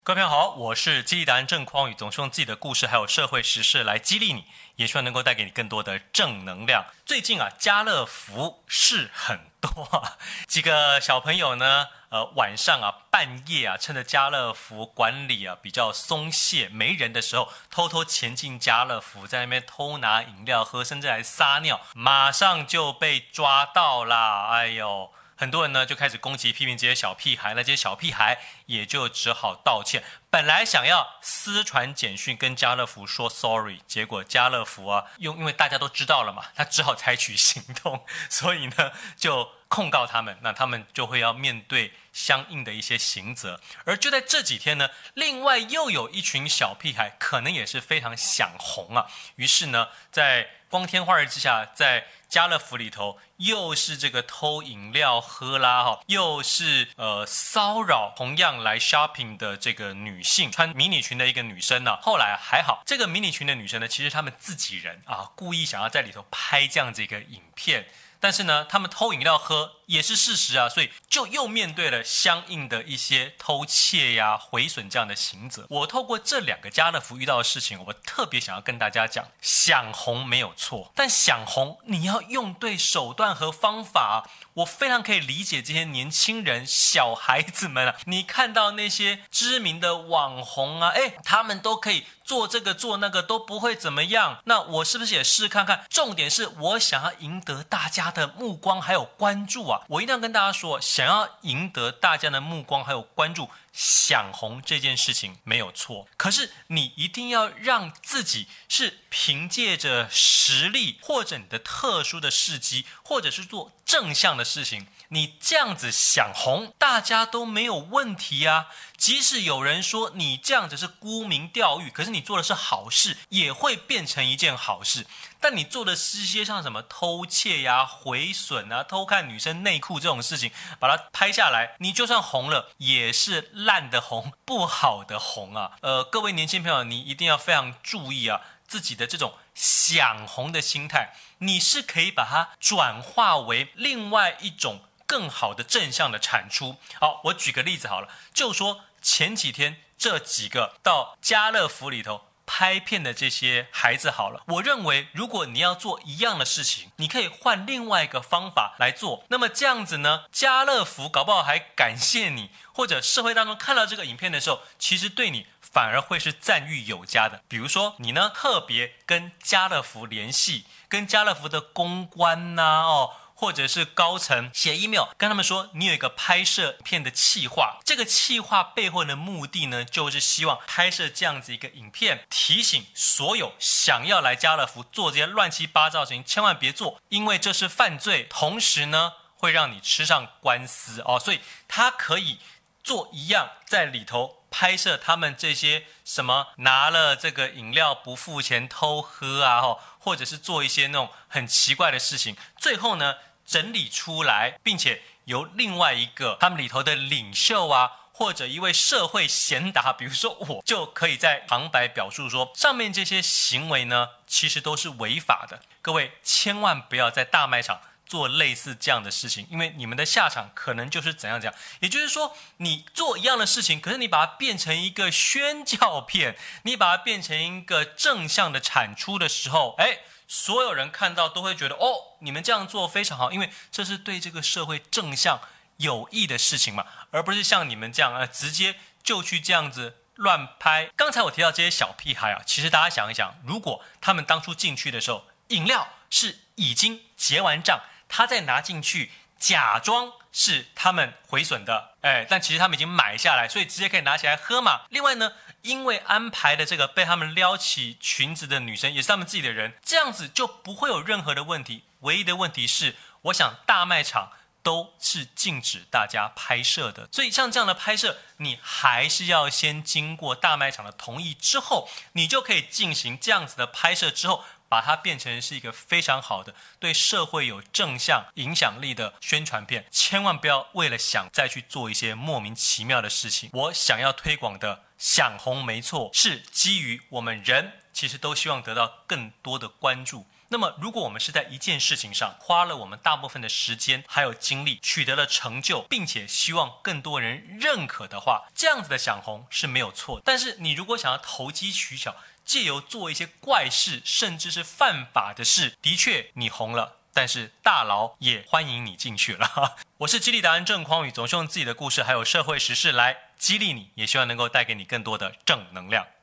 各位朋友好，我是激励达人郑匡宇，总是用自己的故事还有社会时事来激励你，也希望能够带给你更多的正能量。最近家乐福事很多几个小朋友呢，晚上半夜趁着家乐福管理比较松懈没人的时候，偷偷潜进家乐福，在那边偷拿饮料喝，甚至还撒尿，马上就被抓到啦！哎呦！很多人呢就开始攻击批评这些小屁孩，那这些小屁孩也就只好道歉。本来想要私传简讯跟家乐福说 sorry， 结果家乐福因为大家都知道了嘛，他只好采取行动，所以呢就控告他们，那他们就会要面对相应的一些刑责。而就在这几天呢，另外又有一群小屁孩，可能也是非常想红于是呢在光天化日之下，在家乐福里头又是这个偷饮料喝啦又是骚扰同样来 shopping 的这个女性，穿迷你裙的一个女生呢。后来还好，这个迷你裙的女生呢，其实他们自己人故意想要在里头拍这样子一个影片，但是呢他们偷饮料喝也是事实所以就又面对了相应的一些偷窃毁损这样的刑责。我透过这两个家乐福遇到的事情，我特别想要跟大家讲，想红没有错，但想红你要用对手段和方法我非常可以理解这些年轻人小孩子们你看到那些知名的网红他们都可以做这个做那个都不会怎么样，那我是不是也试看看？重点是我想要赢得大家的目光还有关注我一定要跟大家说，想要赢得大家的目光还有关注，想红这件事情没有错，可是你一定要让自己是凭借着实力或者你的特殊的事迹，或者是做正向的事情，你这样子想红大家都没有问题即使有人说你这样子是沽名钓誉，可是你做的是好事，也会变成一件好事。但你做的是一些像什么偷窃毁损偷看女生内裤这种事情，把它拍下来，你就算红了也是烂的红，不好的红各位年轻朋友，你一定要非常注意自己的这种想红的心态，你是可以把它转化为另外一种更好的正向的产出。好，我举个例子好了，就说前几天这几个到家乐福里头拍片的这些孩子好了，我认为如果你要做一样的事情，你可以换另外一个方法来做，那么这样子呢，家乐福搞不好还感谢你，或者社会当中看到这个影片的时候，其实对你反而会是赞誉有加的。比如说你呢特别跟家乐福联系，跟家乐福的公关或者是高层写 email 跟他们说你有一个拍摄片的企划，这个企划背后的目的呢，就是希望拍摄这样子一个影片，提醒所有想要来家乐福做这些乱七八糟的事情千万别做，因为这是犯罪，同时呢会让你吃上官司所以他可以做一样，在里头拍摄他们这些什么拿了这个饮料不付钱偷喝或者是做一些那种很奇怪的事情，最后呢整理出来，并且由另外一个他们里头的领袖或者一位社会贤达，比如说我，就可以在旁白表述说，上面这些行为呢其实都是违法的，各位千万不要在大卖场做类似这样的事情，因为你们的下场可能就是怎样。也就是说，你做一样的事情，可是你把它变成一个宣教片，你把它变成一个正向的产出的时候，所有人看到都会觉得你们这样做非常好，因为这是对这个社会正向有益的事情嘛，而不是像你们这样直接就去这样子乱拍。刚才我提到这些小屁孩其实大家想一想，如果他们当初进去的时候，饮料是已经结完账，他再拿进去假装是他们毁损的，但其实他们已经买下来，所以直接可以拿起来喝嘛。另外呢，因为安排的这个被他们撩起裙子的女生也是他们自己的人，这样子就不会有任何的问题。唯一的问题是，我想大卖场都是禁止大家拍摄的，所以像这样的拍摄，你还是要先经过大卖场的同意之后，你就可以进行这样子的拍摄，之后把它变成是一个非常好的对社会有正向影响力的宣传片。千万不要为了想再去做一些莫名其妙的事情。我想要推广的想红没错，是基于我们人其实都希望得到更多的关注， 那么如果我们是在一件事情上花了我们大部分的时间还有精力，取得了成就，并且希望更多人认可的话，这样子的想红是没有错的。但是你如果想要投机取巧，借由做一些怪事甚至是犯法的事，的确你红了，但是大牢也欢迎你进去了。我是激励达人郑匡宇，总是用自己的故事还有社会时事来激励你，也希望能够带给你更多的正能量。